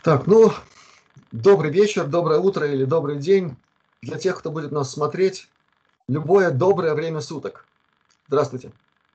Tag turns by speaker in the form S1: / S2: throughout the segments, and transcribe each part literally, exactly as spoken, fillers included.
S1: Так, ну, добрый вечер, доброе утро или добрый день для тех, кто будет нас смотреть. Любое доброе время суток. Здравствуйте.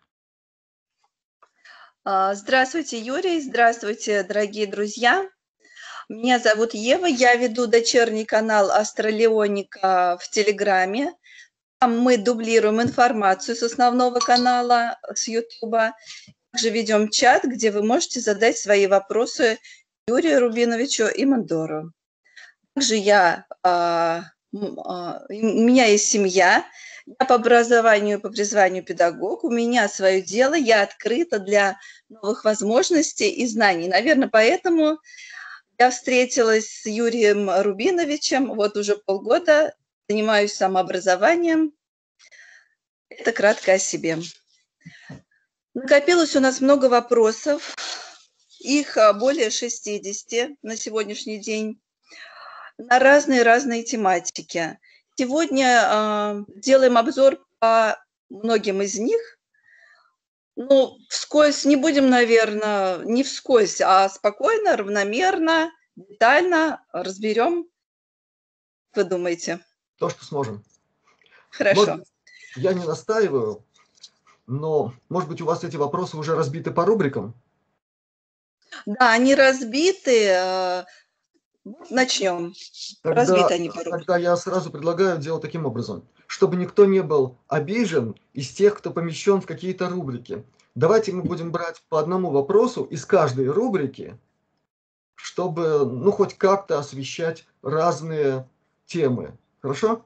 S2: А, Здравствуйте, Юрий. Здравствуйте, дорогие друзья. Меня зовут Ева. Я веду дочерний канал Астралионика в Телеграме. Там мы дублируем информацию с основного канала, с Ютуба. Также ведем чат, где вы можете задать свои вопросы Юрию Рубиновичу и Мандору. Также я, а, м, а, у меня есть семья. Я по образованию и по призванию педагог. У меня свое дело. Я открыта для новых возможностей и знаний. Наверное, поэтому я встретилась с Юрием Рубиновичем. Вот уже полгода занимаюсь самообразованием. Это кратко о себе. Накопилось у нас много вопросов. Их а, более шестидесяти на сегодняшний день на разные-разные тематики. Сегодня а, делаем обзор по многим из них. Ну, вскользь не будем, наверное, не вскользь, а спокойно, равномерно, детально разберем. Вы думаете?
S1: То, что сможем.
S2: Хорошо.
S1: Может, я не настаиваю, но, может быть, у вас эти вопросы уже разбиты по рубрикам?
S2: Да, они разбиты. Начнем.
S1: Тогда,
S2: Разбиты они по рубрикам.
S1: тогда я сразу предлагаю делать таким образом, чтобы никто не был обижен из тех, кто помещен в какие-то рубрики. Давайте мы будем брать по одному вопросу из каждой рубрики, чтобы, ну, хоть как-то освещать разные темы. Хорошо?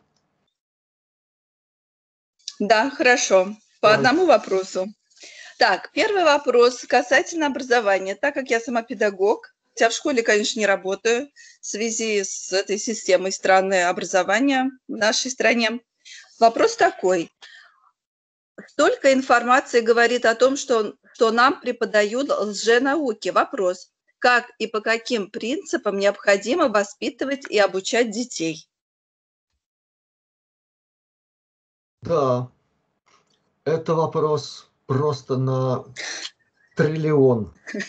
S2: Да, хорошо. По
S1: Давайте.
S2: одному вопросу. Так, первый вопрос касательно образования. Так как я сама педагог, хотя в школе, конечно, не работаю в связи с этой системой странной образования в нашей стране. Вопрос такой. Столько информации говорит о том, что, что нам преподают лженауки. Вопрос. Как и по каким принципам необходимо воспитывать и обучать детей?
S1: Да, это вопрос просто на триллион.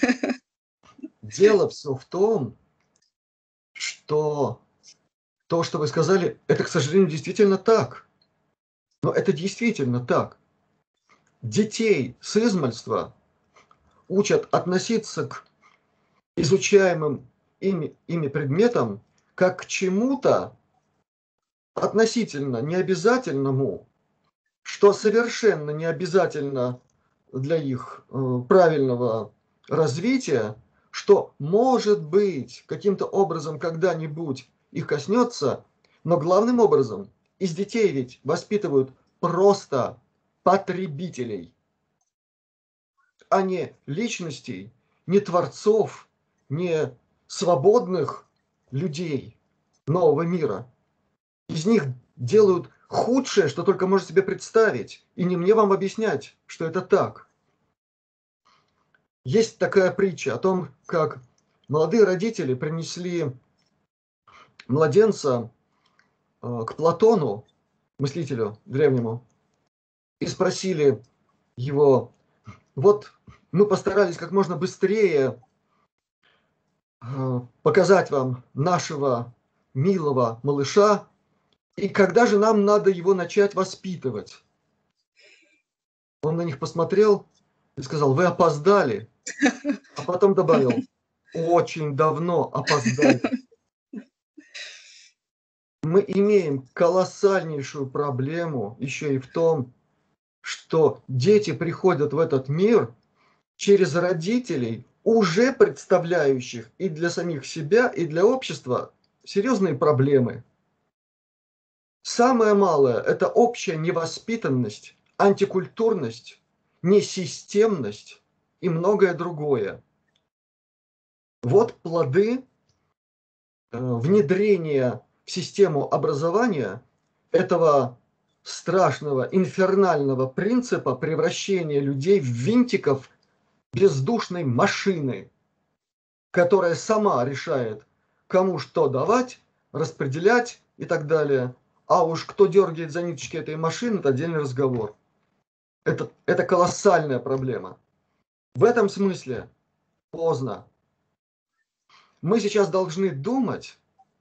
S1: Дело все в том, что то, что вы сказали, это, к сожалению, действительно так. Но это действительно так. Детей с измальства учат относиться к изучаемым ими, ими предметам как к чему-то относительно необязательному, что совершенно не обязательно для их э, правильного развития, что, может быть, каким-то образом когда-нибудь их коснется, но главным образом из детей ведь воспитывают просто потребителей, а не личностей, не творцов, не свободных людей нового мира. Из них делают худшее, что только можно себе представить. И не мне вам объяснять, что это так. Есть такая притча о том, как молодые родители принесли младенца э, к Платону, мыслителю древнему, и спросили его: вот мы постарались как можно быстрее э, показать вам нашего милого малыша, и когда же нам надо его начать воспитывать? Он на них посмотрел и сказал: вы опоздали. А потом добавил: очень давно опоздали. Мы имеем колоссальнейшую проблему еще и в том, что дети приходят в этот мир через родителей, уже представляющих и для самих себя, и для общества серьезные проблемы. Самое малое – это общая невоспитанность, антикультурность, несистемность и многое другое. Вот плоды внедрения в систему образования этого страшного, инфернального принципа превращения людей в винтиков бездушной машины, которая сама решает, кому что давать, распределять и так далее. А уж кто дергает за ниточки этой машины, это отдельный разговор. Это, это колоссальная проблема. В этом смысле поздно. Мы сейчас должны думать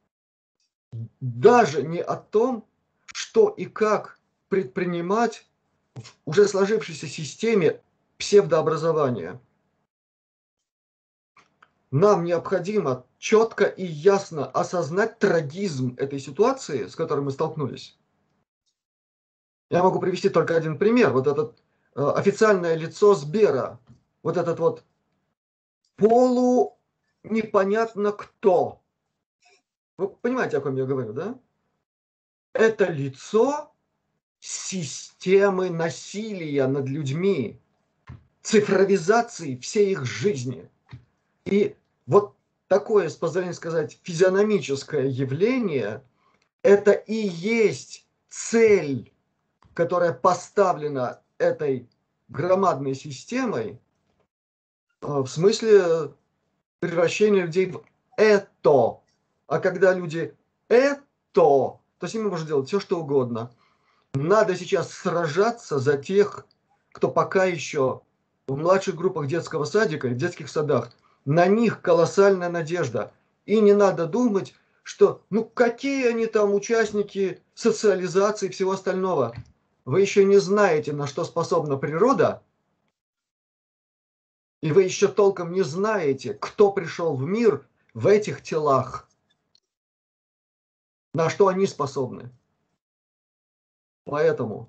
S1: даже не о том, что и как предпринимать в уже сложившейся системе псевдообразования. Нам необходимо четко и ясно осознать трагизм этой ситуации, с которой мы столкнулись. Я могу привести только один пример. Вот этот э, официальное лицо Сбера, вот этот вот полу непонятно кто. Вы понимаете, о ком я говорю, да? Это лицо системы насилия над людьми, цифровизации всей их жизни. И вот такое, с позволения сказать, физиономическое явление, это и есть цель, которая поставлена этой громадной системой, в смысле превращения людей в это. А когда люди это, то с ними можно делать все, что угодно. Надо сейчас сражаться за тех, кто пока еще в младших группах детского садика и в детских садах. На них колоссальная надежда. И не надо думать, что ну какие они там участники социализации и всего остального. Вы еще не знаете, на что способна природа, и вы еще толком не знаете, кто пришел в мир в этих телах, на что они способны. Поэтому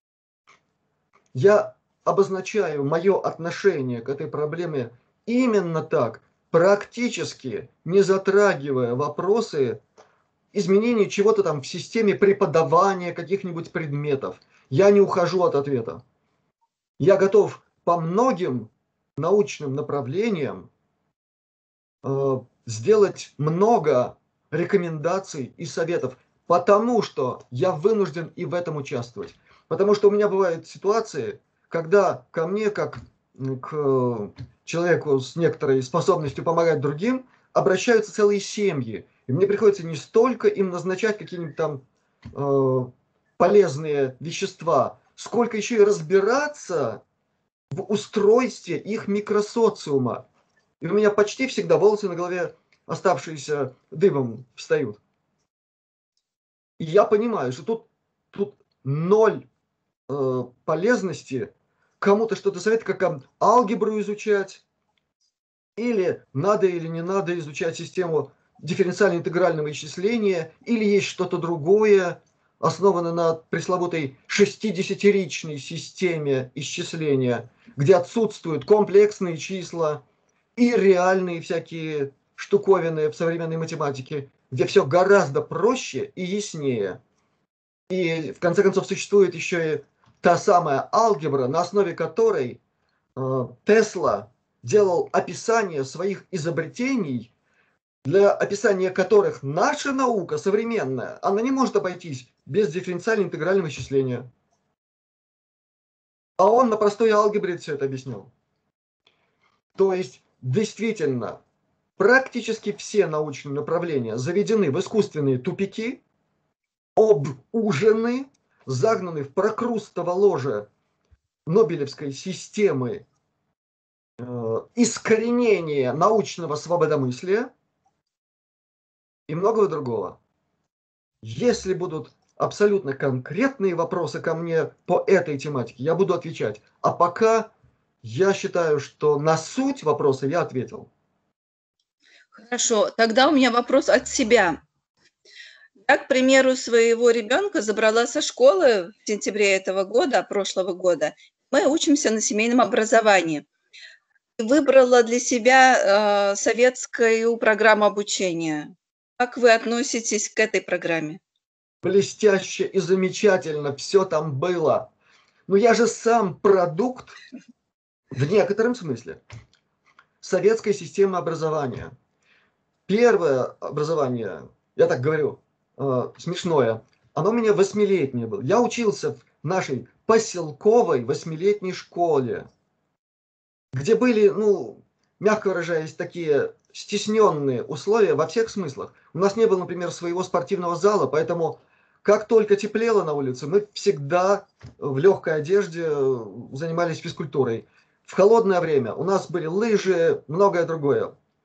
S1: я обозначаю мое отношение к этой проблеме именно так, практически не затрагивая вопросы изменения чего-то там в системе преподавания каких-нибудь предметов. Я не ухожу от ответа. Я готов по многим научным направлениям э, сделать много рекомендаций и советов, потому что я вынужден и в этом участвовать. Потому что у меня бывают ситуации, когда ко мне, как к человеку с некоторой способностью помогать другим, обращаются целые семьи. И мне приходится не столько им назначать какие-нибудь там э, полезные вещества, сколько еще и разбираться в устройстве их микросоциума. И у меня почти всегда волосы на голове, оставшиеся дыбом, встают. И я понимаю, что тут, тут ноль э, полезности кому-то что-то советовать, как там алгебру изучать, или надо или не надо изучать систему дифференциально-интегрального исчисления, или есть что-то другое, основанное на пресловутой шестидесятиричной системе исчисления, где отсутствуют комплексные числа и реальные всякие штуковины в современной математике, где все гораздо проще и яснее. И в конце концов существует еще и та самая алгебра, на основе которой э, Тесла делал описание своих изобретений, для описания которых наша наука современная, она не может обойтись без дифференциально-интегрального исчисления. А он на простой алгебре все это объяснил. То есть, действительно, практически все научные направления заведены в искусственные тупики, обужены, загнаны в прокрустово ложе Нобелевской системы э, искоренения научного свободомыслия и многого другого. Если будут абсолютно конкретные вопросы ко мне по этой тематике, я буду отвечать. А пока я считаю, что на суть вопроса я ответил.
S2: Хорошо, тогда у меня вопрос от себя. Я, к примеру, своего ребенка забрала со школы в сентябре этого года, прошлого года. Мы учимся на семейном образовании. Выбрала для себя э, советскую программу обучения. Как вы относитесь к этой программе?
S1: Блестяще и замечательно все там было. Но я же сам продукт, в некотором смысле, советской системы образования. Первое образование, я так говорю, э, смешное, оно у меня восьмилетнее было. Я учился в нашей поселковой восьмилетней школе, где были, ну, мягко выражаясь, такие стесненные условия во всех смыслах. У нас не было, например, своего спортивного зала, поэтому как только теплело на улице, мы всегда в легкой одежде занимались физкультурой. В холодное время у нас были лыжи, многое другое.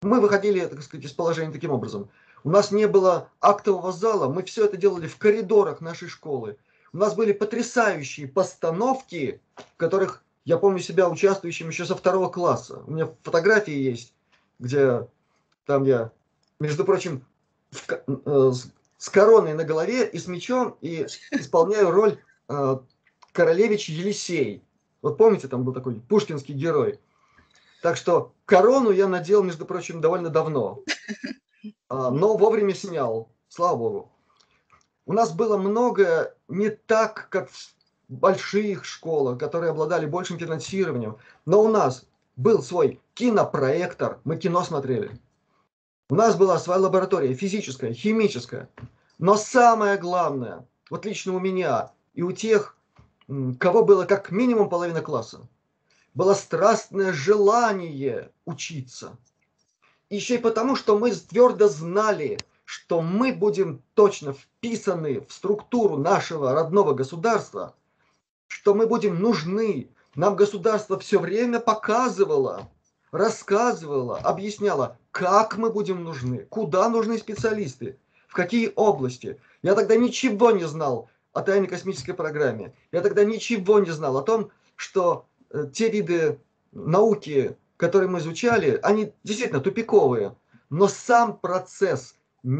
S1: Мы выходили, так сказать, из положения таким образом. У нас не было актового зала, мы все это делали в коридорах нашей школы. У нас были потрясающие постановки, в которых я помню себя участвующим еще со второго класса. У меня фотографии есть, где там я, между прочим, в, э, с, с короной на голове и с мечом, и исполняю роль э, королевич Елисей. Вот помните, там был такой пушкинский герой. Так что корону я надел, между прочим, довольно давно, но вовремя снял, слава богу. У нас было много не так, как в больших школах, которые обладали большим финансированием, но у нас был свой кинопроектор, мы кино смотрели. У нас была своя лаборатория физическая, химическая. Но самое главное, вот лично у меня и у тех, кого было как минимум половина класса, было страстное желание учиться. Еще и потому, что мы твердо знали, что мы будем точно вписаны в структуру нашего родного государства, что мы будем нужны. Нам государство все время показывало, рассказывало, объясняло, как мы будем нужны, куда нужны специалисты, в какие области. Я тогда ничего не знал о тайной космической программе. Я тогда ничего не знал о том, что те виды науки, которые мы изучали, они действительно тупиковые. Но сам процесс,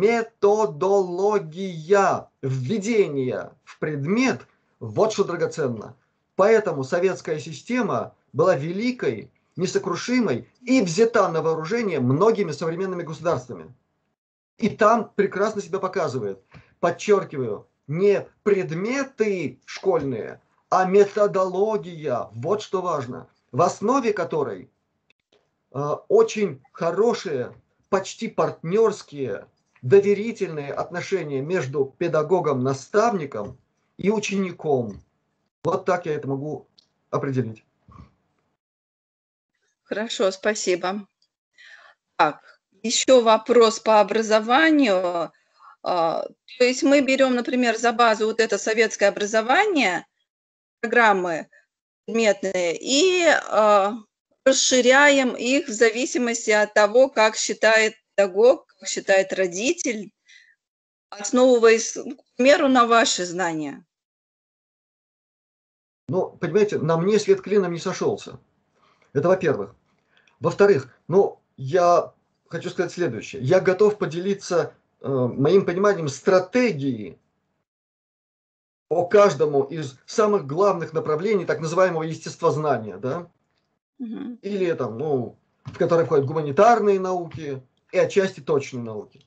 S1: методология введения в предмет, вот что драгоценно. Поэтому советская система была великой, несокрушимой и взята на вооружение многими современными государствами. И там прекрасно себя показывает. Подчеркиваю, не предметы школьные, а методология. Вот что важно. В основе которой э, очень хорошие, почти партнерские, доверительные отношения между педагогом, наставником и учеником. Вот так я это могу определить.
S2: Хорошо, спасибо. Так, еще вопрос по образованию. А, то есть мы берем, например, за базу вот это советское образование, программы предметные, и а, расширяем их в зависимости от того, как считает педагог, как считает родитель, основываясь, к примеру, на ваши знания.
S1: Ну, понимаете, на мне свет клином не сошелся. Это во-первых. Во-вторых, ну, я хочу сказать следующее. Я готов поделиться э, моим пониманием стратегии по каждому из самых главных направлений так называемого естествознания, да?
S2: Угу.
S1: Или там, ну, в которые входят гуманитарные науки и отчасти точные науки.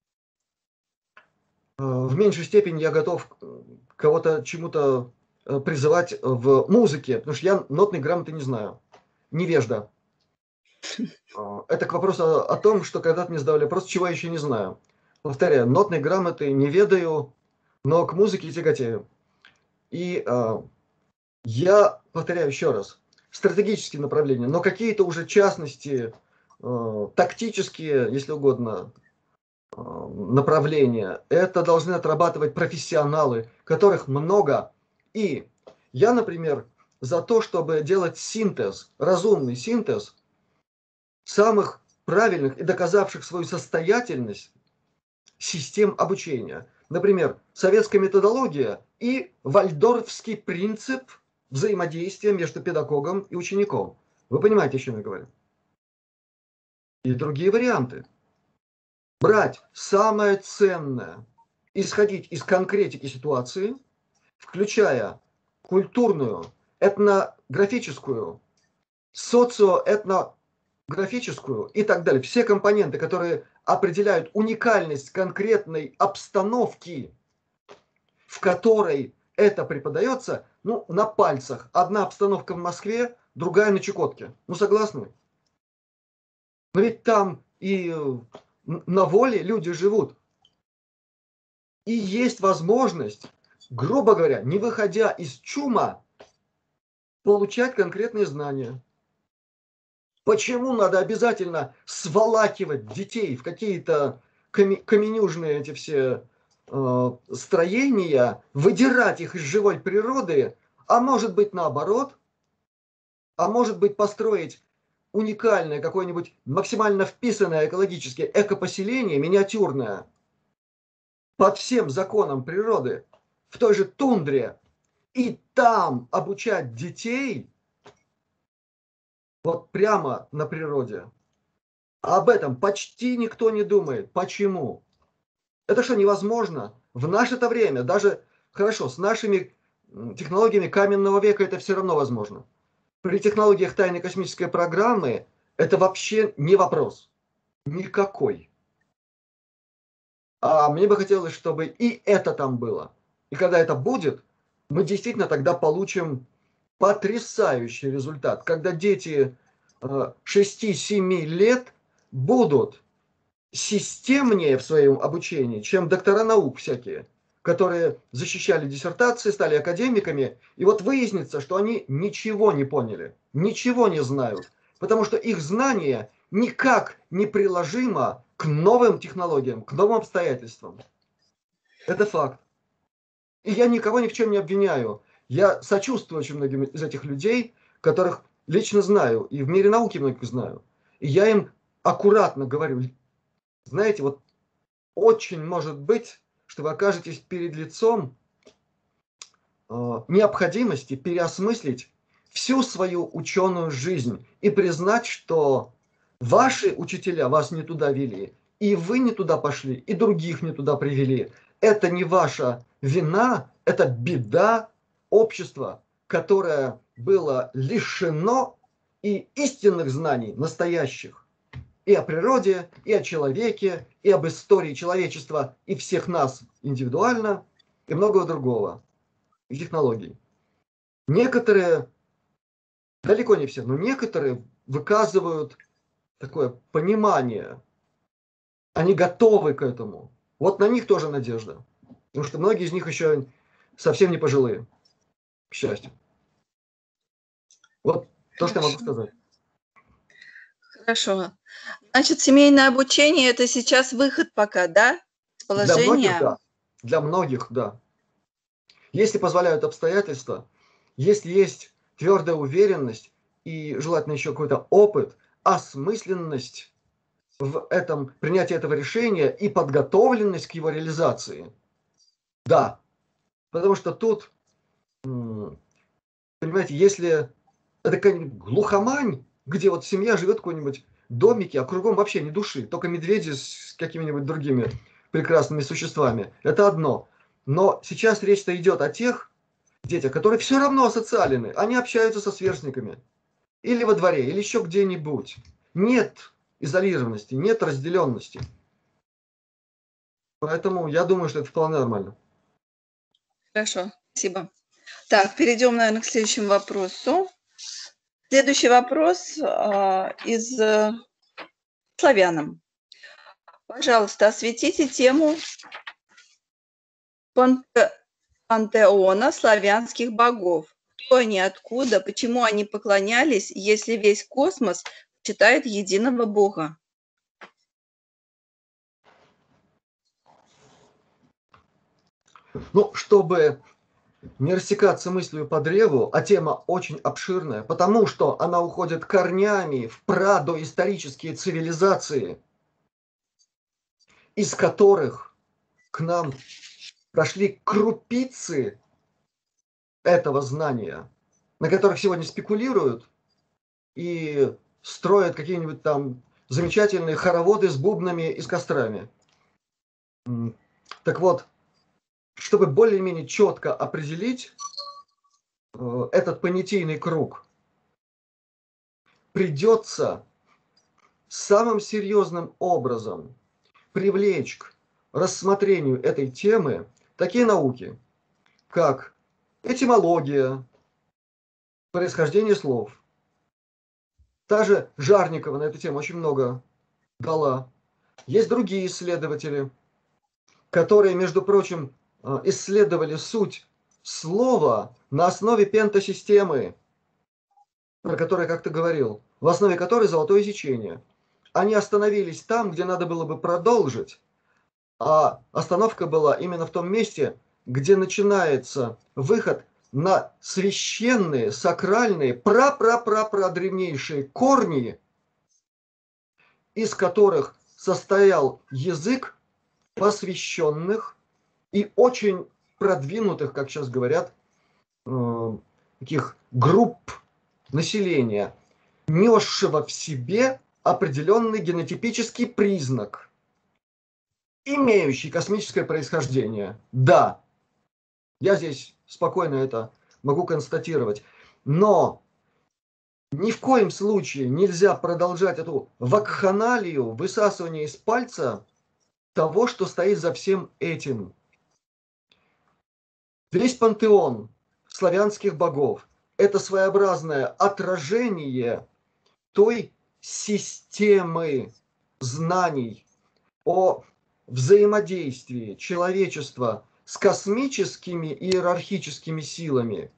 S1: Э, в меньшей степени я готов кого-то чему-то э, призывать в музыке, потому что я нотной грамоты не знаю. Невежда. Это к вопросу о, о том, что когда-то мне задавали вопрос, чего я еще не знаю. Повторяю, нотной грамоты не ведаю, но к музыке тяготею. И э, я повторяю еще раз, стратегические направления, но какие-то уже частности, э, тактические, если угодно, э, направления, это должны отрабатывать профессионалы, которых много. И я, например, за то, чтобы делать синтез, разумный синтез самых правильных и доказавших свою состоятельность систем обучения. Например, советская методология и вальдорфский принцип взаимодействия между педагогом и учеником. Вы понимаете, о чем я говорю? И другие варианты. Брать самое ценное, исходить из конкретики ситуации, включая культурную, этнографическую, социоэтнографическую и так далее. Все компоненты, которые определяют уникальность конкретной обстановки, в которой это преподается, ну, на пальцах. Одна обстановка в Москве, другая на Чукотке. Ну, согласны? Но ведь там и на воле люди живут. И есть возможность, грубо говоря, не выходя из чума, получать конкретные знания. Почему надо обязательно сволакивать детей в какие-то каменюжные эти все э, строения, выдирать их из живой природы, а может быть наоборот, а может быть построить уникальное, какое-нибудь максимально вписанное экологически экопоселение, миниатюрное, под всем законам природы, в той же тундре, и там обучать детей вот прямо на природе. А об этом почти никто не думает. Почему? Это что, невозможно? В наше-то время, даже, хорошо, с нашими технологиями каменного века это все равно возможно. При технологиях тайной космической программы это вообще не вопрос. Никакой. А мне бы хотелось, чтобы и это там было. И когда это будет, мы действительно тогда получим потрясающий результат. Когда дети шести-семи лет будут системнее в своем обучении, чем доктора наук всякие, которые защищали диссертации, стали академиками, и вот выяснится, что они ничего не поняли, ничего не знают, потому что их знание никак не приложимо к новым технологиям, к новым обстоятельствам. Это факт. И я никого ни в чем не обвиняю. Я сочувствую очень многим из этих людей, которых лично знаю, и в мире науки многих знаю. И я им аккуратно говорю, знаете, вот очень может быть, что вы окажетесь перед лицом э, необходимости переосмыслить всю свою ученую жизнь и признать, что ваши учителя вас не туда вели, и вы не туда пошли, и других не туда привели. Это не ваша вина, это беда общества, которое было лишено и истинных знаний, настоящих, и о природе, и о человеке, и об истории человечества, и всех нас индивидуально, и многого другого, и технологий. Некоторые, далеко не все, но некоторые выказывают такое понимание, они готовы к этому. Вот на них тоже надежда. Потому что многие из них еще совсем не пожилые, к счастью. Вот то, что я могу сказать.
S2: Хорошо. Значит, семейное обучение – это сейчас выход пока, да? Положение.
S1: Для многих, да. Для многих, да. Если позволяют обстоятельства, если есть твердая уверенность и желательно еще какой-то опыт, осмысленность в этом принятии этого решения и подготовленность к его реализации, да. Потому что тут, понимаете, если это какая-нибудь глухомань, где вот семья живет в какой-нибудь домике, а кругом вообще ни души, только медведи с какими-нибудь другими прекрасными существами, это одно. Но сейчас речь-то идет о тех детях, которые все равно асоциальны, они общаются со сверстниками. Или во дворе, или еще где-нибудь. Нет изолированности, нет разделенности. Поэтому я думаю, что это вполне нормально.
S2: Хорошо, спасибо. Так, перейдем, наверное, к следующему вопросу. Следующий вопрос э, из э, славянам. Пожалуйста, осветите тему пантеона славянских богов. Кто они, откуда, почему они поклонялись, если весь космос почитает единого Бога?
S1: Ну, чтобы не рассекаться мыслью по древу, а тема очень обширная, потому что она уходит корнями в прадоисторические цивилизации, из которых к нам прошли крупицы этого знания, на которых сегодня спекулируют и строят какие-нибудь там замечательные хороводы с бубнами и с кострами. Так вот, чтобы более-менее четко определить э, этот понятийный круг, придется самым серьезным образом привлечь к рассмотрению этой темы такие науки, как этимология, происхождение слов. Та же Жарникова на эту тему очень много дала. Есть другие исследователи, которые, между прочим, исследовали суть слова на основе пентасистемы, про которую я как-то говорил, в основе которой золотое сечение. Они остановились там, где надо было бы продолжить, а остановка была именно в том месте, где начинается выход на священные, сакральные, пра-пра-пра-пра древнейшие корни из которых состоял язык посвященных и очень продвинутых, как сейчас говорят, э, таких групп населения, несшего в себе определенный генотипический признак, имеющий космическое происхождение. Да, я здесь спокойно это могу констатировать. Но ни в коем случае нельзя продолжать эту вакханалию, высасывание из пальца того, что стоит за всем этим. Весь пантеон славянских богов – это своеобразное отражение той системы знаний о взаимодействии человечества с космическими иерархическими силами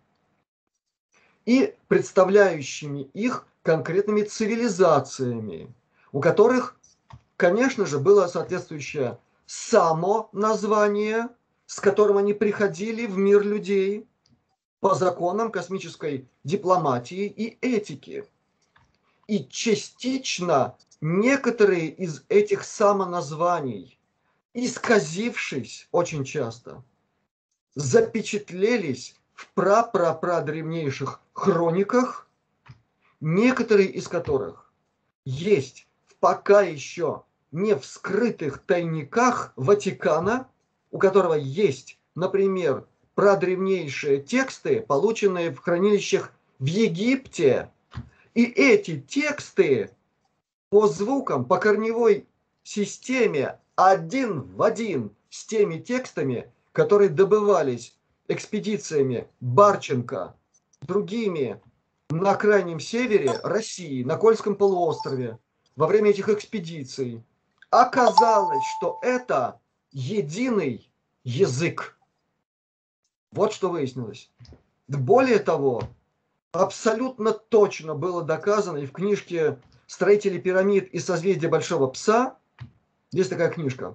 S1: и представляющими их конкретными цивилизациями, у которых, конечно же, было соответствующее само название, с которым они приходили в мир людей по законам космической дипломатии и этики. И частично некоторые из этих самоназваний, исказившись очень часто, запечатлелись в пра-пра-пра-древнейших хрониках, некоторые из которых есть в пока еще не вскрытых тайниках Ватикана, у которого есть, например, прадревнейшие тексты, полученные в хранилищах в Египте. И эти тексты по звукам, по корневой системе один в один с теми текстами, которые добывались экспедициями Барченко, другими на крайнем севере России, на Кольском полуострове, во время этих экспедиций. Оказалось, что это единый язык. Вот что выяснилось. Более того, абсолютно точно было доказано и в книжке «Строители пирамид и созвездия Большого Пса», есть такая книжка,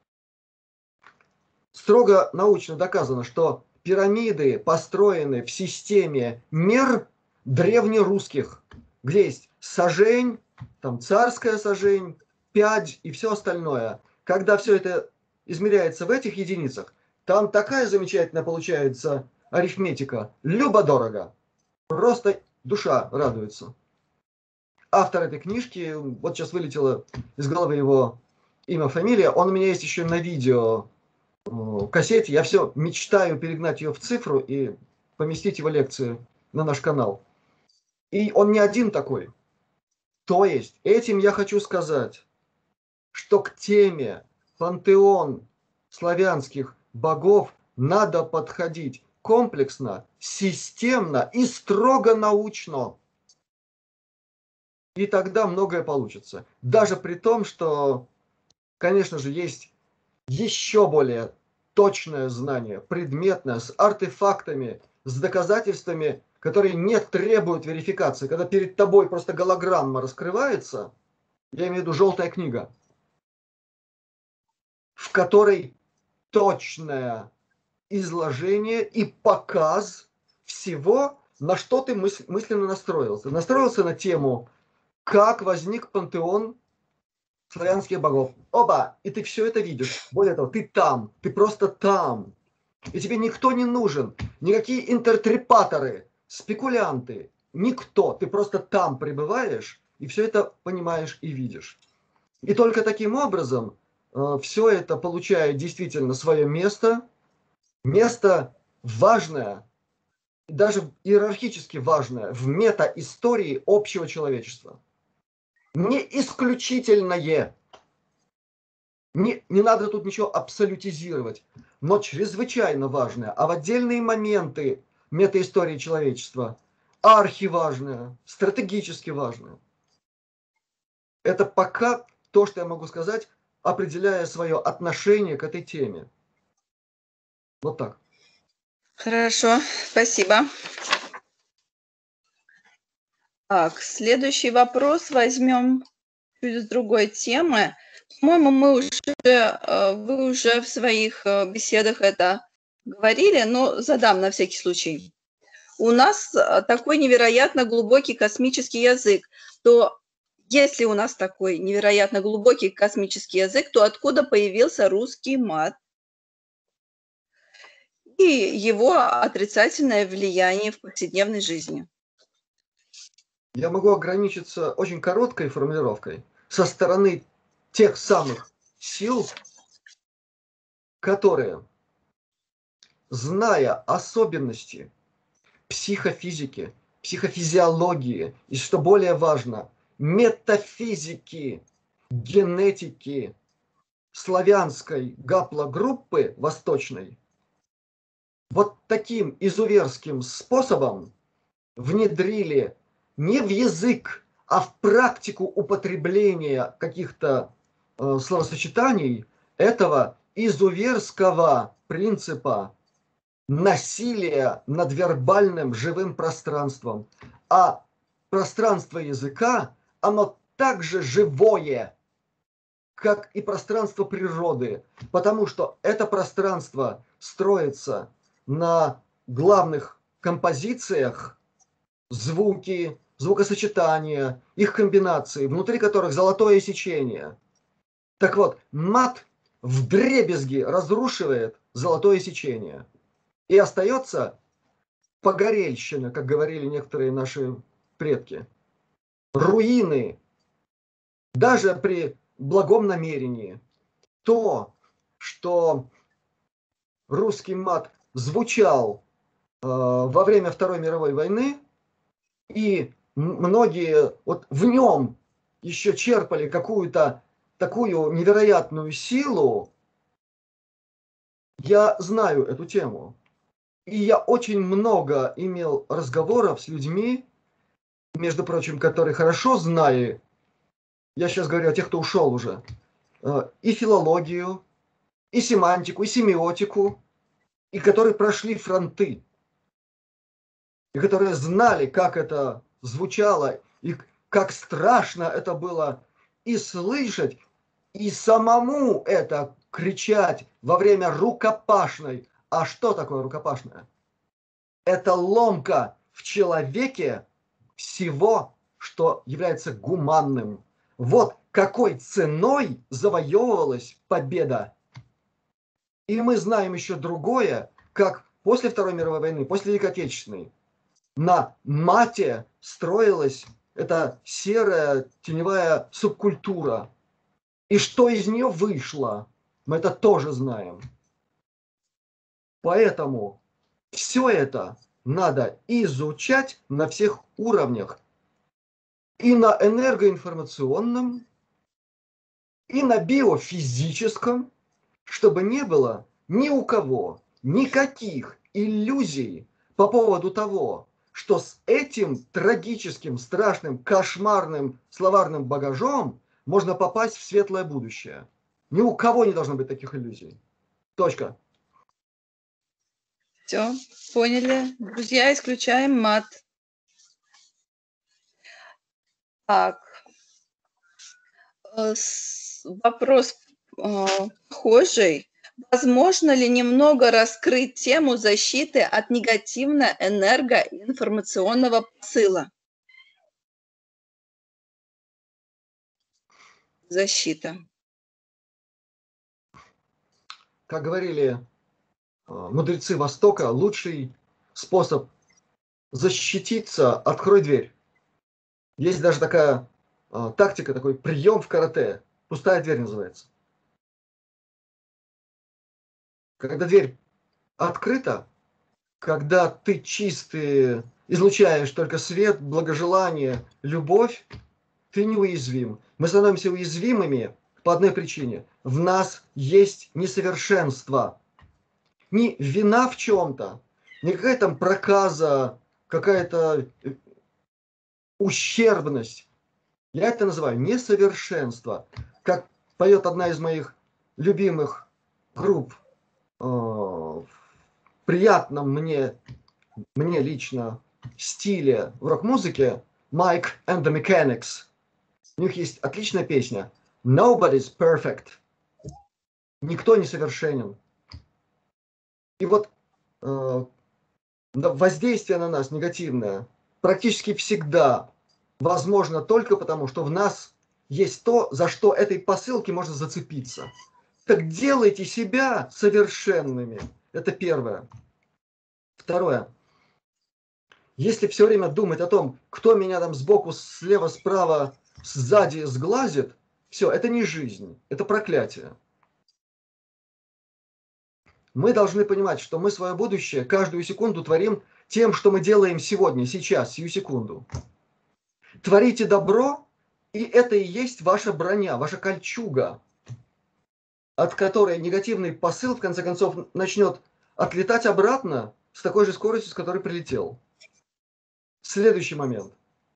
S1: строго научно доказано, что пирамиды построены в системе мер древнерусских, где есть сажень, там царская сажень, пядь и все остальное. Когда все это измеряется в этих единицах, там такая замечательная получается арифметика, любо-дорого. Просто душа радуется. Автор этой книжки, вот сейчас вылетело из головы его имя, фамилия, он у меня есть еще на видео кассете, я все мечтаю перегнать ее в цифру и поместить его лекции на наш канал. И он не один такой. То есть, этим я хочу сказать, что к теме пантеон славянских богов надо подходить комплексно, системно и строго научно. И тогда многое получится. Даже при том, что, конечно же, есть еще более точное знание, предметное, с артефактами, с доказательствами, которые не требуют верификации. Когда перед тобой просто голограмма раскрывается, я имею в виду желтая книга, в которой точное изложение и показ всего, на что ты мыс- мысленно настроился. Настроился на тему, как возник пантеон славянских богов. Оба! И ты все это видишь. Более того, ты там, ты просто там. И тебе никто не нужен. Никакие интертрепаторы, спекулянты. Никто. Ты просто там пребываешь и все это понимаешь и видишь. И только таким образом э, все это получает действительно свое место. Место важное, даже иерархически важное в метаистории общего человечества. Не исключительное. Не, не надо тут ничего абсолютизировать, но чрезвычайно важное, а в отдельные моменты метаистории человечества архиважное, стратегически важное. Это пока то, что я могу сказать, определяя свое отношение к этой теме. Вот так.
S2: Хорошо, спасибо. Так, следующий вопрос возьмем чуть с другой темы. По-моему, мы уже, э, вы уже в своих э, беседах это говорили, но задам на всякий случай. У нас э, такой невероятно глубокий космический язык, то Если у нас такой невероятно глубокий космический язык, то откуда появился русский мат? И его отрицательное влияние в повседневной жизни.
S1: Я могу ограничиться очень короткой формулировкой со стороны тех самых сил, которые, зная особенности психофизики, психофизиологии и, что более важно, метафизики, генетики славянской гаплогруппы восточной, вот таким изуверским способом внедрили не в язык, а в практику употребления каких-то э, словосочетаний этого изуверского принципа насилия над вербальным живым пространством. А пространство языка, оно также живое, как и пространство природы, потому что это пространство строится на главных композициях, звуки, звукосочетания, их комбинации, внутри которых золотое сечение. Так вот, мат вдребезги разрушивает золотое сечение. И остается погорельщина, как говорили некоторые наши предки. Руины, даже при благом намерении. То, что русский мат звучал э, во время Второй мировой войны, и многие вот в нем еще черпали какую-то такую невероятную силу, я знаю эту тему. И я очень много имел разговоров с людьми, между прочим, которые хорошо знали, я сейчас говорю о тех, кто ушел уже, и филологию, и семантику, и семиотику, и которые прошли фронты, и которые знали, как это звучало, и как страшно это было и слышать, и самому это кричать во время рукопашной. А что такое рукопашная? Это ломка в человеке всего, что является гуманным. Вот какой ценой завоевывалась победа. И мы знаем еще другое, как после Второй мировой войны, после Великой Отечественной, на мате строилась эта серая теневая субкультура. И что из нее вышло, мы это тоже знаем. Поэтому все это надо изучать на всех уровнях. И на энергоинформационном, и на биофизическом, чтобы не было ни у кого никаких иллюзий по поводу того, что с этим трагическим, страшным, кошмарным словарным багажом можно попасть в светлое будущее. Ни у кого не должно быть таких иллюзий. Точка.
S2: Все, поняли. Друзья, исключаем мат. Так. Э, с- Вопрос э, похожий. Возможно ли немного раскрыть тему защиты от негативно-энергоинформационного посыла? Защита.
S1: Как говорили э, мудрецы Востока, лучший способ защититься — открой дверь. Есть даже такая э, тактика, такой прием в карате. Пустая дверь называется. Когда дверь открыта, когда ты чистый, излучаешь только свет, благожелание, любовь, ты неуязвим. Мы становимся уязвимыми по одной причине. В нас есть несовершенство. Не вина в чем-то, не какая там проказа, какая-то ущербность. Я это называю несовершенство. Как поет одна из моих любимых групп, э, в приятном мне, мне лично стиле в рок-музыке, Mike and the Mechanics. У них есть отличная песня Nobody's Perfect. Никто не совершенен. И вот э, воздействие на нас негативное практически всегда возможно только потому, что в нас есть то, за что этой посылке можно зацепиться. Так делайте себя совершенными. Это первое. Второе. Если все время думать о том, кто меня там сбоку, слева, справа, сзади сглазит, все, это не жизнь, это проклятие. Мы должны понимать, что мы свое будущее каждую секунду творим тем, что мы делаем сегодня, сейчас, сию секунду. Творите добро, и это и есть ваша броня, ваша кольчуга, от которой негативный посыл, в конце концов, начнет отлетать обратно с такой же скоростью, с которой прилетел. Следующий момент.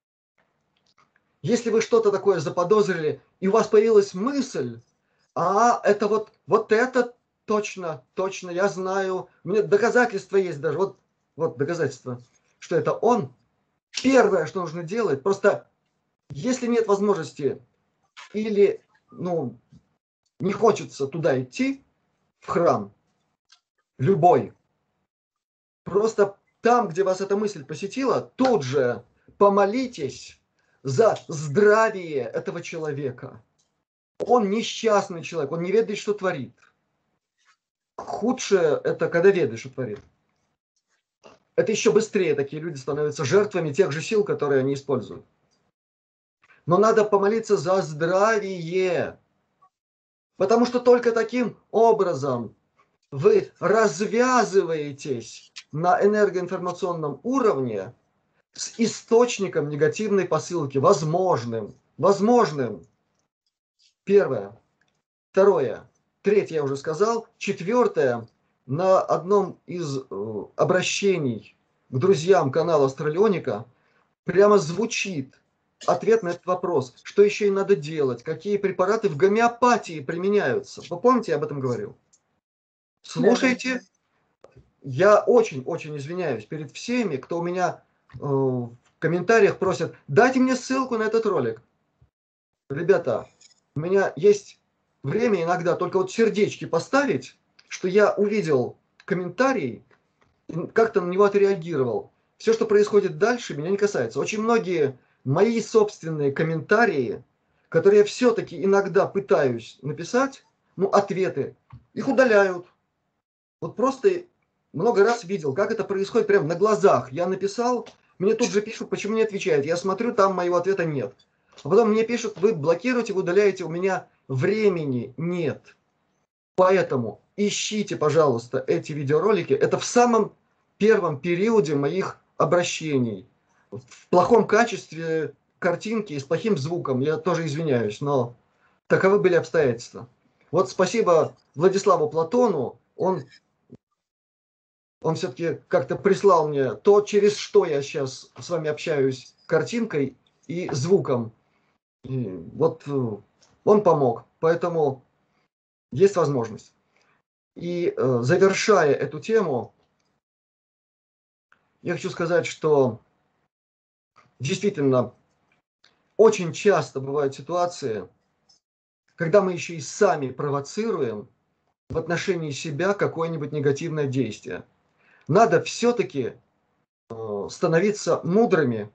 S1: Если вы что-то такое заподозрили, и у вас появилась мысль, а это вот, вот это точно, точно, я знаю, у меня доказательства есть даже, вот, вот доказательства, что это он. Первое, что нужно делать, просто если нет возможности или, ну, не хочется туда идти, в храм, любой, просто там, где вас эта мысль посетила, тут же помолитесь за здравие этого человека. Он несчастный человек, он не ведает, что творит. Худшее – это когда ведает, что творит. Это еще быстрее такие люди становятся жертвами тех же сил, которые они используют. Но надо помолиться за здравие. Потому что только таким образом вы развязываетесь на энергоинформационном уровне с источником негативной посылки, возможным. Возможным. Первое. Второе. Третье я уже сказал. Четвертое. На одном из э, обращений к друзьям канала Астралионика прямо звучит ответ на этот вопрос. Что еще и надо делать? Какие препараты в гомеопатии применяются? Вы помните, я об этом говорил? Слушайте. Я очень-очень извиняюсь перед всеми, кто у меня э, в комментариях просит, дайте мне ссылку на этот ролик. Ребята, у меня есть время иногда только вот сердечки поставить, что я увидел комментарий, как-то на него отреагировал. Все, что происходит дальше, меня не касается. Очень многие мои собственные комментарии, которые я все-таки иногда пытаюсь написать, ну, ответы, их удаляют. Вот просто много раз видел, как это происходит прямо на глазах. Я написал, мне тут же пишут, почему не отвечает. Я смотрю, там моего ответа нет. А потом мне пишут, вы блокируете, вы удаляете, у меня времени нет. Поэтому ищите, пожалуйста, эти видеоролики. Это в самом первом периоде моих обращений. В плохом качестве картинки и с плохим звуком. Я тоже извиняюсь, но таковы были обстоятельства. Вот спасибо Владиславу Платону. Он, он все-таки как-то прислал мне то, через что я сейчас с вами общаюсь, картинкой и звуком. И вот он помог. Поэтому есть возможность. И э, завершая эту тему, я хочу сказать, что действительно очень часто бывают ситуации, когда мы еще и сами провоцируем в отношении себя какое-нибудь негативное действие. Надо все-таки э, становиться мудрыми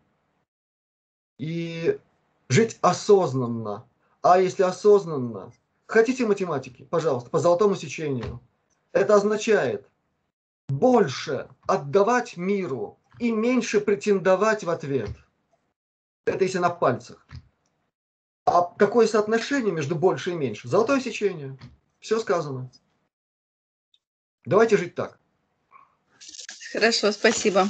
S1: и жить осознанно. А если осознанно, хотите математики, пожалуйста, по золотому сечению. Это означает больше отдавать миру и меньше претендовать в ответ. Это если на пальцах. А какое соотношение между больше и меньше? Золотое сечение. Все сказано. Давайте жить так.
S2: Хорошо, спасибо.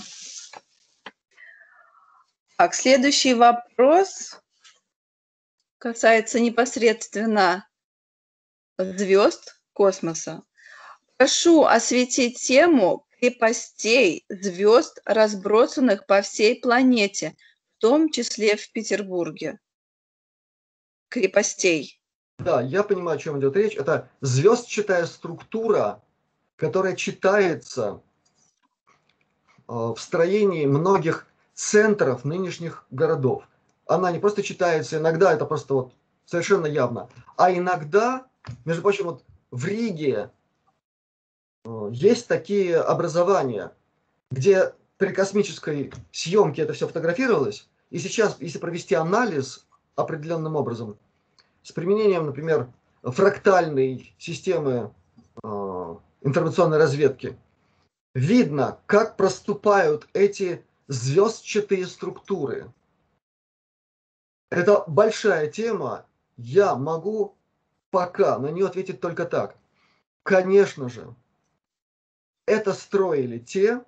S2: Так, следующий вопрос касается непосредственно звезд космоса. Прошу осветить тему крепостей звезд, разбросанных по всей планете, в том числе в Петербурге. Крепостей.
S1: Да, я понимаю, о чем идет речь. Это звездчатая структура, которая читается в строении многих центров нынешних городов. Она не просто читается, иногда это просто вот совершенно явно. А иногда, между прочим, вот в Риге есть такие образования, где при космической съемке это все фотографировалось, И сейчас, если провести анализ определенным образом, с применением, например, фрактальной системы э, информационной разведки, видно, как проступают эти звездчатые структуры. Это большая тема. Я могу пока на нее ответить только так. Конечно же, это строили те,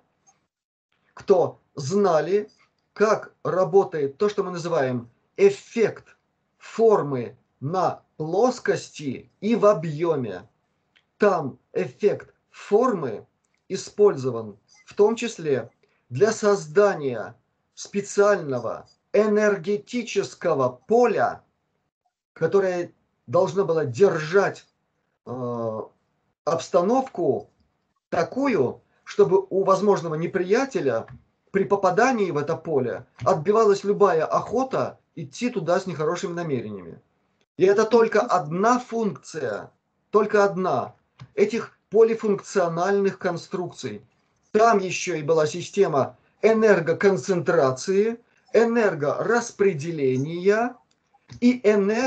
S1: кто знали, как работает то, что мы называем эффект формы на плоскости и в объеме. Там эффект формы использован в том числе для создания специального энергетического поля, которое должно было держать э, обстановку такую, чтобы у возможного неприятеля при попадании в это поле отбивалась любая охота идти туда с нехорошими намерениями. И это только одна функция, только одна этих полифункциональных конструкций. Там еще и была система энергоконцентрации, энергораспределения и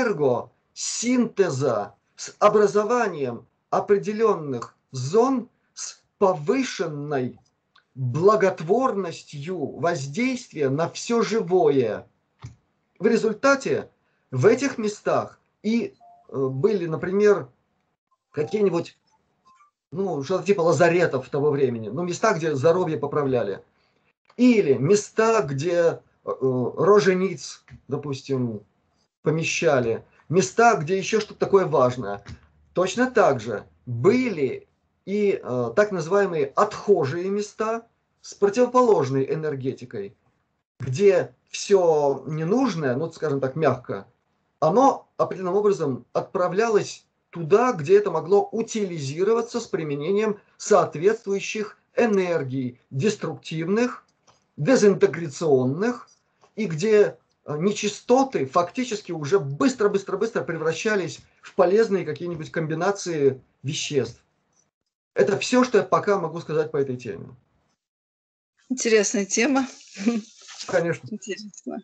S1: энергосинтеза с образованием определенных зон с повышенной благотворностью воздействия на все живое. В результате в этих местах и были, например, какие-нибудь, ну, что-то типа лазаретов того времени, ну, места, где здоровье поправляли. Или места, где э, рожениц, допустим, помещали. Места, где еще что-то такое важное. Точно так же были и э, так называемые отхожие места с противоположной энергетикой, где все ненужное, ну, скажем так, мягко, оно определенным образом отправлялось туда, где это могло утилизироваться с применением соответствующих энергий деструктивных, дезинтеграционных, и где нечистоты фактически уже быстро-быстро-быстро превращались в полезные какие-нибудь комбинации веществ. Это все, что я пока могу сказать по этой теме.
S2: Интересная тема.
S1: Конечно.
S2: Интересно.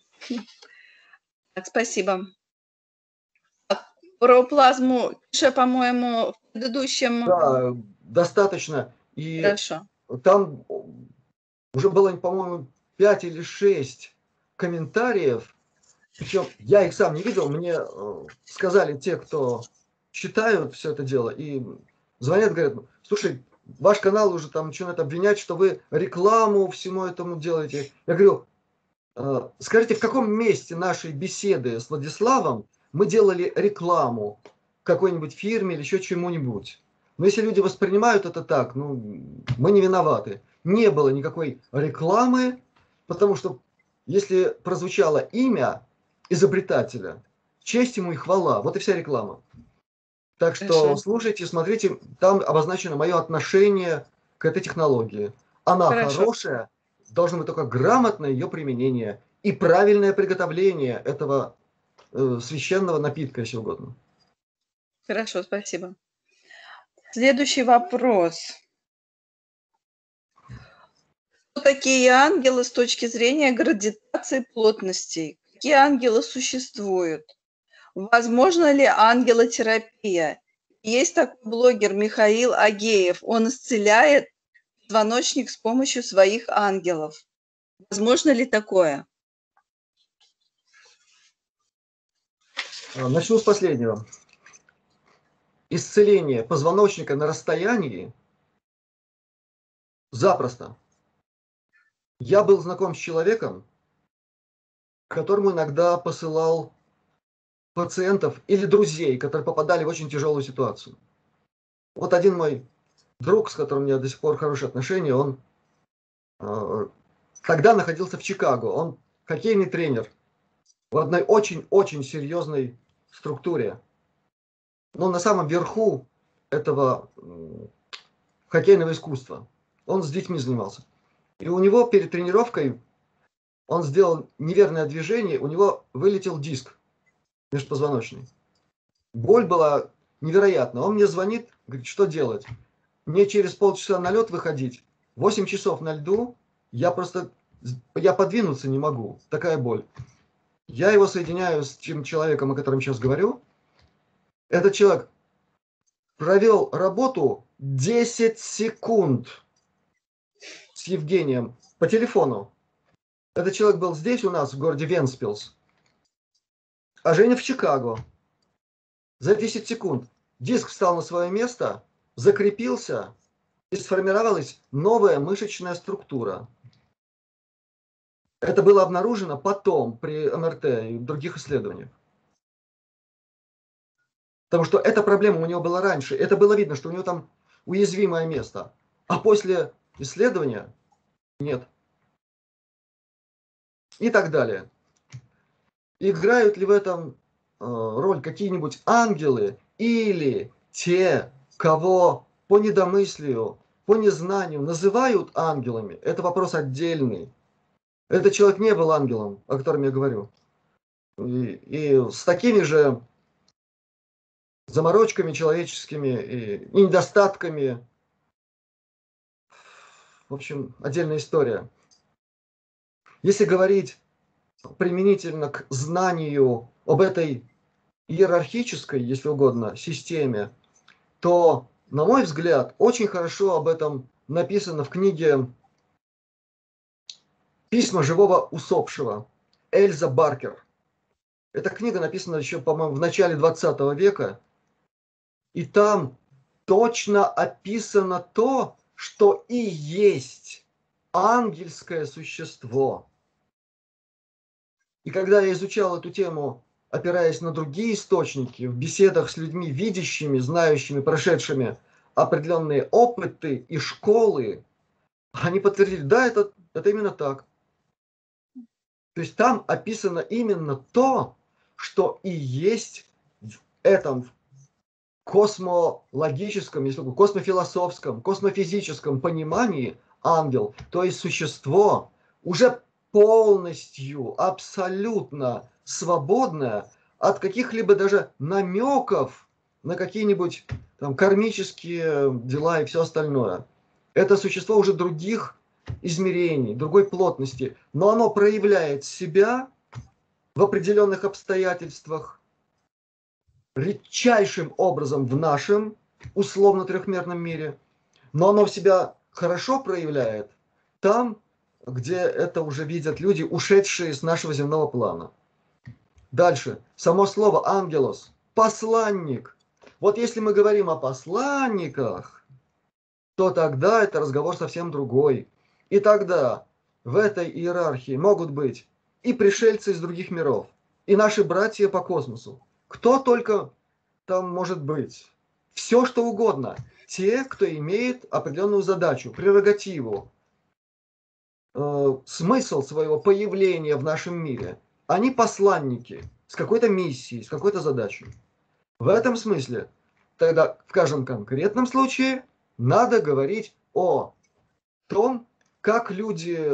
S2: Так, спасибо. Про плазму, по-моему, в предыдущем...
S1: Да, достаточно. И
S2: Хорошо.
S1: там уже было, по-моему, пять или шесть комментариев. Причем я их сам не видел, мне э, сказали те, кто читают все это дело, и звонят, говорят, слушай, ваш канал уже там начинает обвинять, что вы рекламу всему этому делаете. Я говорю, э, скажите, в каком месте нашей беседы с Владиславом мы делали рекламу какой-нибудь фирме или еще чему-нибудь? Но если люди воспринимают это так, ну, мы не виноваты. Не было никакой рекламы, потому что если прозвучало имя изобретателя, честь ему и хвала. Вот и вся реклама. Так что
S2: Хорошо.
S1: слушайте, смотрите, там обозначено мое отношение к этой технологии. Она
S2: Хорошо.
S1: хорошая, должно быть только грамотное ее применение и правильное приготовление этого э, священного напитка, если угодно.
S2: Хорошо, спасибо. Следующий вопрос. Кто такие ангелы с точки зрения градиации плотностей? Какие ангелы существуют? Возможно ли ангелотерапия? Есть такой блогер Михаил Агеев. Он исцеляет позвоночник с помощью своих ангелов. Возможно ли такое?
S1: Начну с последнего. Исцеление позвоночника на расстоянии запросто. Я был знаком с человеком, которому иногда посылал пациентов или друзей, которые попадали в очень тяжелую ситуацию. Вот один мой друг, с которым у меня до сих пор хорошие отношения, он э, тогда находился в Чикаго. Он хоккейный тренер в одной очень-очень серьезной структуре. Но на самом верху этого э, хоккейного искусства. Он с детьми занимался. И у него перед тренировкой он сделал неверное движение, у него вылетел диск межпозвоночный. Боль была невероятная. Он мне звонит, говорит, что делать? Мне через полчаса на лед выходить, восемь часов на льду, я просто я подвинуться не могу, такая боль. Я его соединяю с тем человеком, о котором сейчас говорю. Этот человек провел работу десять секунд с Евгением по телефону. Этот человек был здесь у нас, в городе Венспилс, а Женя в Чикаго. За десять секунд диск встал на свое место, закрепился, и сформировалась новая мышечная структура. Это было обнаружено потом при эм эр тэ и других исследованиях. Потому что эта проблема у него была раньше. Это было видно, что у него там уязвимое место. А после исследования нет. И так далее. Играют ли в этом э, роль какие-нибудь ангелы или те, кого по недомыслию, по незнанию называют ангелами? Это вопрос отдельный. Этот человек не был ангелом, о котором я говорю. И, и с такими же заморочками человеческими и, и недостатками. В общем, отдельная история. Если говорить применительно к знанию об этой иерархической, если угодно, системе, то, на мой взгляд, очень хорошо об этом написано в книге «Письма живого усопшего» Эльза Баркер. Эта книга написана еще, по-моему, в начале двадцатого века, и там точно описано то, что и есть ангельское существо. И когда я изучал эту тему, опираясь на другие источники, в беседах с людьми, видящими, знающими, прошедшими определенные опыты и школы, они подтвердили, да, это, это именно так. То есть там описано именно то, что и есть в этом космологическом, если угодно, космофилософском, космофизическом понимании ангел, то есть существо, уже полностью, абсолютно свободное от каких-либо даже намеков на какие-нибудь там кармические дела и все остальное. Это существо уже других измерений, другой плотности, но оно проявляет себя в определенных обстоятельствах редчайшим образом в нашем условно трехмерном мире, но оно себя хорошо проявляет там, где это уже видят люди, ушедшие с нашего земного плана. Дальше. Само слово «ангелос» – посланник. Вот если мы говорим о посланниках, то тогда это разговор совсем другой. И тогда в этой иерархии могут быть и пришельцы из других миров, и наши братья по космосу. Кто только там может быть. Все, что угодно. Те, кто имеет определенную задачу, прерогативу, э, смысл своего появления в нашем мире. Они посланники с какой-то миссией, с какой-то задачей. В этом смысле, тогда в каждом конкретном случае надо говорить о том, как люди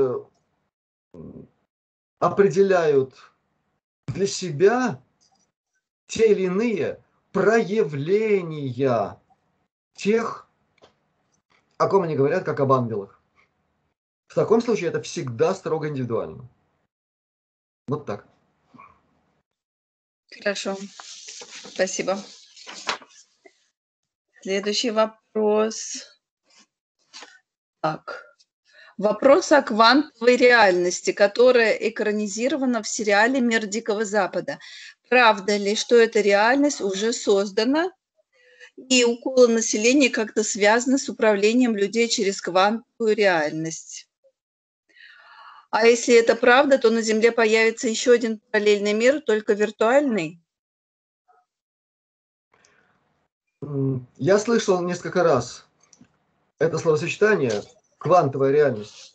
S1: определяют для себя те или иные проявления тех, о ком они говорят, как об ангелах. В таком случае это всегда строго индивидуально. Вот так.
S2: Хорошо. Спасибо. Следующий вопрос. Так. Вопрос о квантовой реальности, которая экранизирована в сериале «Мир Дикого Запада». Правда ли, что эта реальность уже создана, и уколы населения как-то связаны с управлением людей через квантовую реальность? А если это правда, то на Земле появится еще один параллельный мир, только виртуальный?
S1: Я слышал несколько раз это словосочетание «квантовая реальность».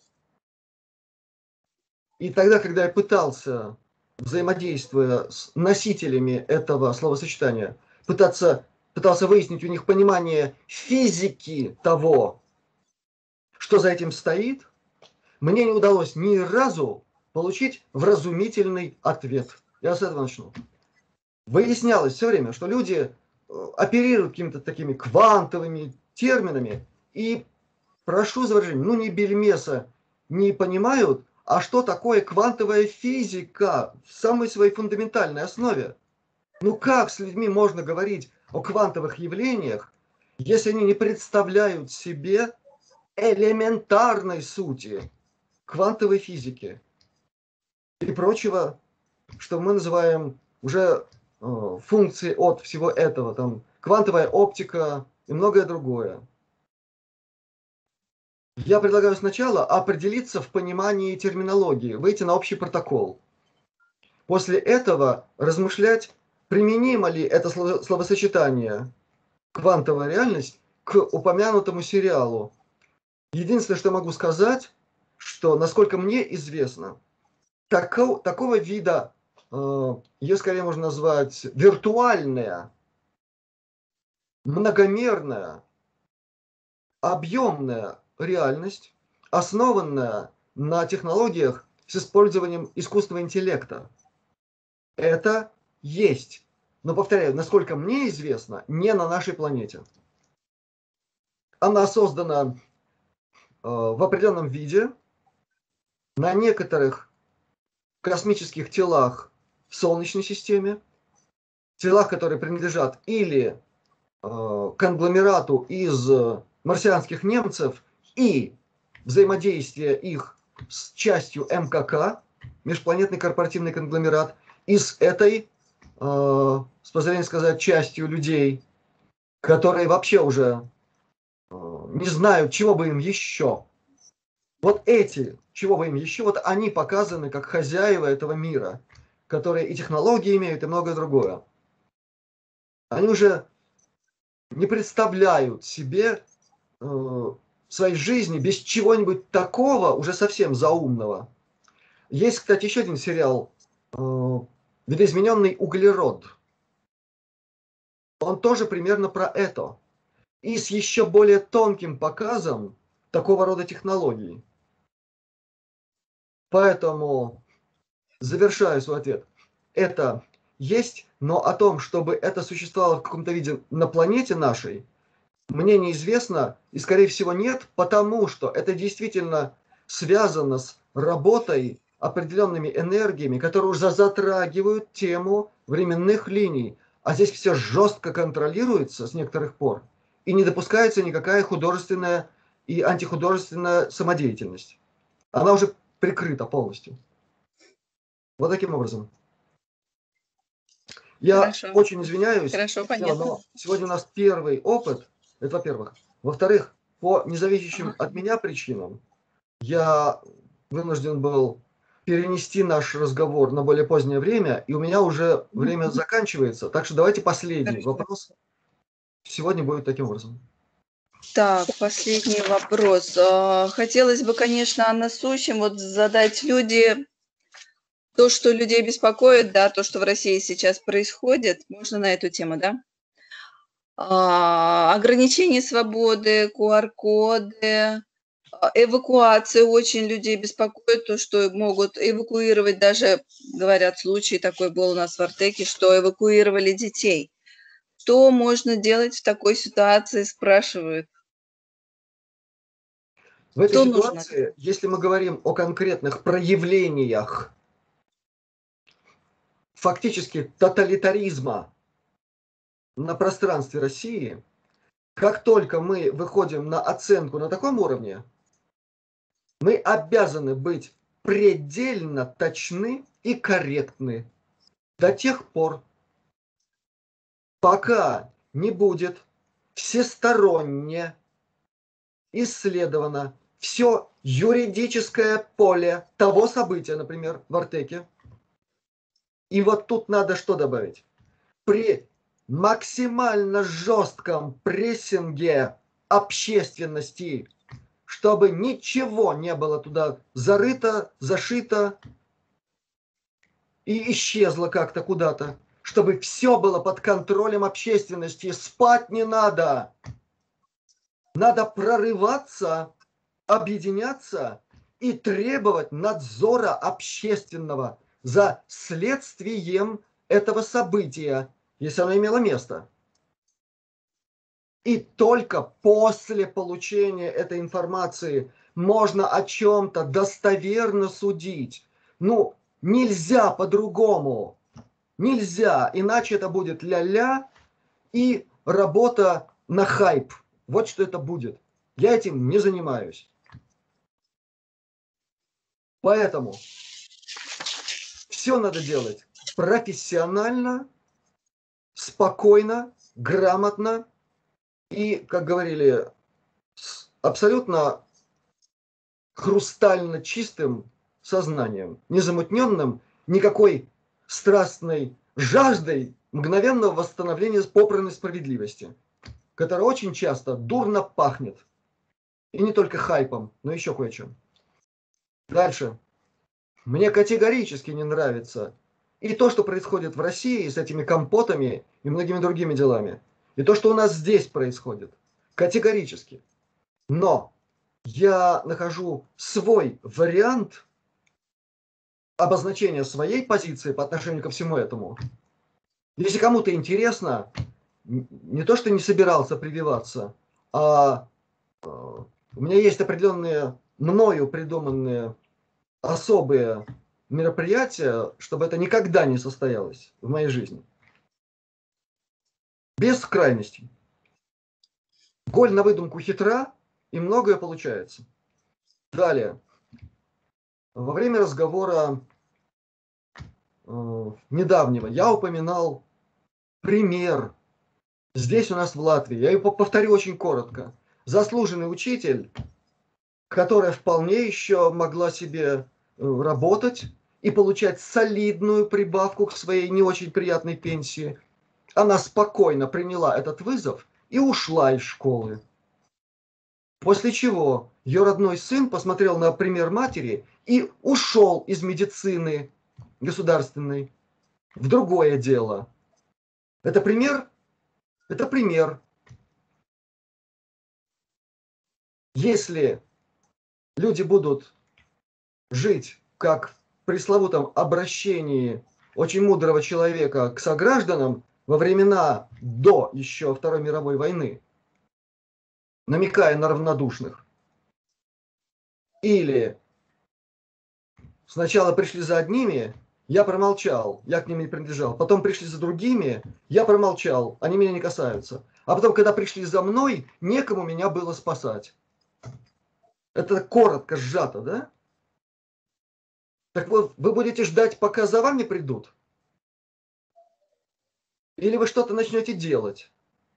S1: И тогда, когда я пытался, взаимодействуя с носителями этого словосочетания, пытаться, пытался выяснить у них понимание физики того, что за этим стоит, мне не удалось ни разу получить вразумительный ответ. Я с этого начну. Выяснялось все время, что люди оперируют какими-то такими квантовыми терминами и, прошу за выражение, ну, ни бельмеса не понимают а что такое квантовая физика в самой своей фундаментальной основе. Ну как с людьми можно говорить о квантовых явлениях, если они не представляют себе элементарной сути квантовой физики и прочего, что мы называем уже э, функции от всего этого, там квантовая оптика и многое другое. Я предлагаю сначала определиться в понимании терминологии, выйти на общий протокол. После этого размышлять, применимо ли это словосочетание «квантовая реальность» к упомянутому сериалу. Единственное, что могу сказать, что, насколько мне известно, такого, такого вида, э, ее скорее можно назвать виртуальная, многомерная, объемная реальность, основанная на технологиях с использованием искусственного интеллекта. Это есть. Но, повторяю, насколько мне известно, не на нашей планете. Она создана э, в определенном виде на некоторых космических телах в Солнечной системе, телах, которые принадлежат или э, конгломерату из марсианских немцев и взаимодействие их с частью эм ка ка, межпланетный корпоративный конгломерат, и с этой, э, с позволения сказать, частью людей, которые вообще уже э, не знают, чего бы им еще. Вот эти, чего бы им еще, вот они показаны как хозяева этого мира, которые и технологии имеют, и многое другое. Они уже не представляют себе э, своей жизни без чего-нибудь такого, уже совсем заумного. Есть, кстати, еще один сериал э, «Видоизмененный углерод». Он тоже примерно про это. И с еще более тонким показом такого рода технологий. Поэтому, завершаю свой ответ, это есть, но о том, чтобы это существовало в каком-то виде на планете нашей, мне неизвестно, и скорее всего нет, потому что это действительно связано с работой определенными энергиями, которые уже затрагивают тему временных линий. А здесь все жестко контролируется с некоторых пор, и не допускается никакая художественная и антихудожественная самодеятельность. Она уже прикрыта полностью. Вот таким образом. Я
S2: Хорошо.
S1: очень извиняюсь,
S2: Хорошо, понятно.
S1: но сегодня у нас первый опыт, это во-первых. Во-вторых, по независящим
S2: Ага.
S1: от меня причинам, я вынужден был перенести наш разговор на более позднее время, и у меня уже время заканчивается. Так что давайте последний
S2: Хорошо.
S1: вопрос. Сегодня будет таким образом.
S2: Так, последний вопрос. А, Хотелось бы, конечно, о насущем вот задать люди, то, что людей беспокоит, да, то, что в России сейчас происходит. Можно на эту тему, да? А, Ограничение свободы, ку ар коды, а, эвакуация очень людей беспокоит, то, что могут эвакуировать, даже, говорят, случай такой был у нас в Артеке, что эвакуировали детей. Что можно делать в такой ситуации, спрашивают.
S1: В этой
S2: Что нужно?
S1: ситуации, если мы говорим о конкретных проявлениях фактически тоталитаризма на пространстве России, как только мы выходим на оценку на таком уровне, мы обязаны быть предельно точны и корректны до тех пор, пока не будет всесторонне исследовано все юридическое поле того события, например, в Артеке. И вот тут надо что добавить? При максимально жестком прессинге общественности, чтобы ничего не было туда зарыто, зашито и исчезло как-то куда-то, чтобы все было под контролем общественности. Спать не надо. Надо прорываться, объединяться и требовать надзора общественного за следствием этого события, если оно имело место. И только после получения этой информации можно о чем-то достоверно судить. Ну, нельзя по-другому. Нельзя, иначе это будет ля-ля и работа на хайп. Вот что это будет. Я этим не занимаюсь. Поэтому все надо делать профессионально, спокойно, грамотно и, как говорили, с абсолютно хрустально чистым сознанием, незамутненным никакой страстной жаждой мгновенного восстановления попранной справедливости, которая очень часто дурно пахнет. И не только хайпом, но еще кое-чем. Дальше. Мне категорически не нравится и то, что происходит в России с этими компотами и многими другими делами, и то, что у нас здесь происходит. Категорически. Но я нахожу свой вариант обозначения своей позиции по отношению ко всему этому. Если кому-то интересно, не то, что не собирался прививаться, а у меня есть определенные мною придуманные особые мероприятия, чтобы это никогда не состоялось в моей жизни. Без крайностей. Голь на выдумку хитра, и многое получается. Далее. Во время разговора э, недавнего я упоминал пример здесь у нас в Латвии. Я его повторю очень коротко. Заслуженный учитель, которая вполне еще могла себе работать и получать солидную прибавку к своей не очень приятной пенсии, она спокойно приняла этот вызов и ушла из школы. После чего ее родной сын посмотрел на пример матери и ушел из медицины государственной в другое дело. Это пример? Это пример. Если люди будут жить как в пресловутом обращении очень мудрого человека к согражданам во времена до еще Второй мировой войны, намекая на равнодушных, или сначала пришли за одними, я промолчал, я к ним не принадлежал, потом пришли за другими, я промолчал, они меня не касаются, а потом, когда пришли за мной, некому меня было спасать. Это коротко сжато, да? Так вот, вы будете ждать, пока за вами придут? Или вы что-то начнете делать?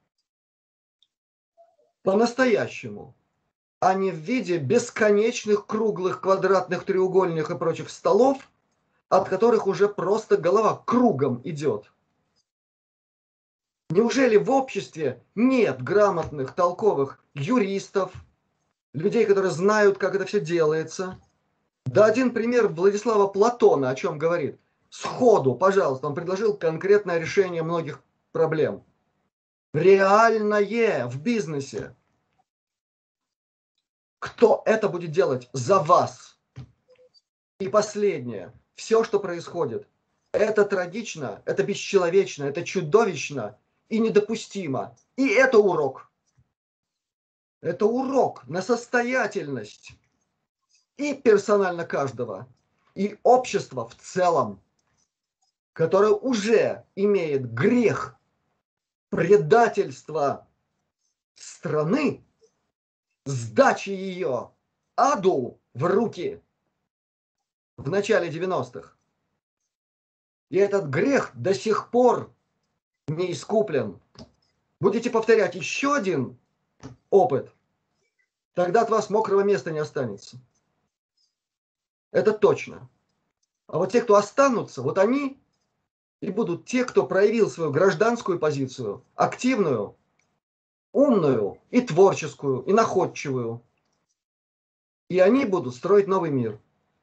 S1: По-настоящему. А не в виде бесконечных круглых, квадратных, треугольных и прочих столов, от которых уже просто голова кругом идет. Неужели в обществе нет грамотных, толковых юристов, людей, которые знают, как это все делается? Да один пример Владислава Платона о чем говорит. Сходу, пожалуйста, он предложил конкретное решение многих проблем. Реальное в бизнесе. Кто это будет делать за вас? И последнее. Все, что происходит, это трагично, это бесчеловечно, это чудовищно и недопустимо. И это урок. Это урок на состоятельность и персонально каждого, и общества в целом, которое уже имеет грех предательства страны, сдачи ее аду в руки в начале девяностых. И этот грех до сих пор не искуплен. Будете повторять еще один опыт, тогда от вас мокрого места не останется. Это точно. А вот те, кто останутся, вот они и будут те, кто проявил свою гражданскую позицию, активную, умную и творческую, и находчивую. И они будут строить новый мир.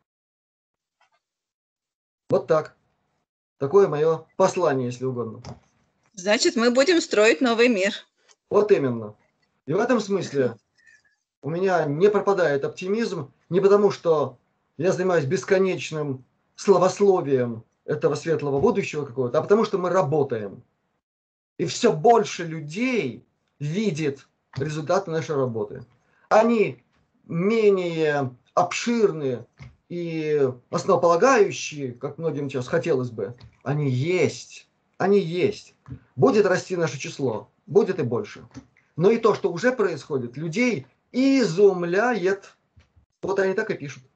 S1: Вот так. Такое мое послание, если угодно.
S2: Значит, мы будем строить новый мир.
S1: Вот именно. И в этом смысле у меня не пропадает оптимизм, не потому что я занимаюсь бесконечным словословием этого светлого будущего какого-то, а потому что мы работаем. И все больше людей видит результаты нашей работы. Они менее обширные и основополагающие, как многим сейчас хотелось бы, они есть. Они есть. Будет расти наше число, будет и больше. Но и то, что уже происходит, людей изумляет. Вот они так и пишут.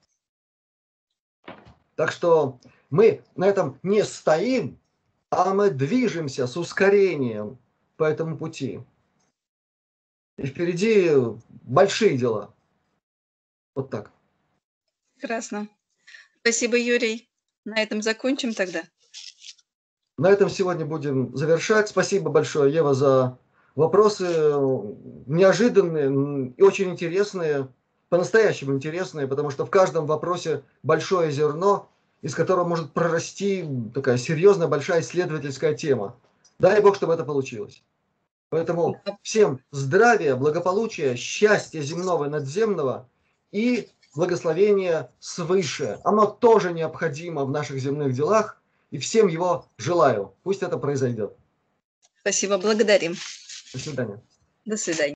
S1: Так что мы на этом не стоим, а мы движемся с ускорением по этому пути. И впереди большие дела. Вот так.
S2: Прекрасно. Спасибо, Юрий. На этом закончим тогда.
S1: На этом сегодня будем завершать. Спасибо большое, Ева, за вопросы неожиданные и очень интересные, по-настоящему интересные, потому что в каждом вопросе большое зерно, из которого может прорасти такая серьезная, большая исследовательская тема. Дай Бог, чтобы это получилось. Поэтому всем здравия, благополучия, счастья земного и надземного и благословения свыше. Оно тоже необходимо в наших земных делах, и всем его желаю. Пусть это произойдет.
S2: Спасибо, благодарим.
S1: До свидания.
S2: До свидания.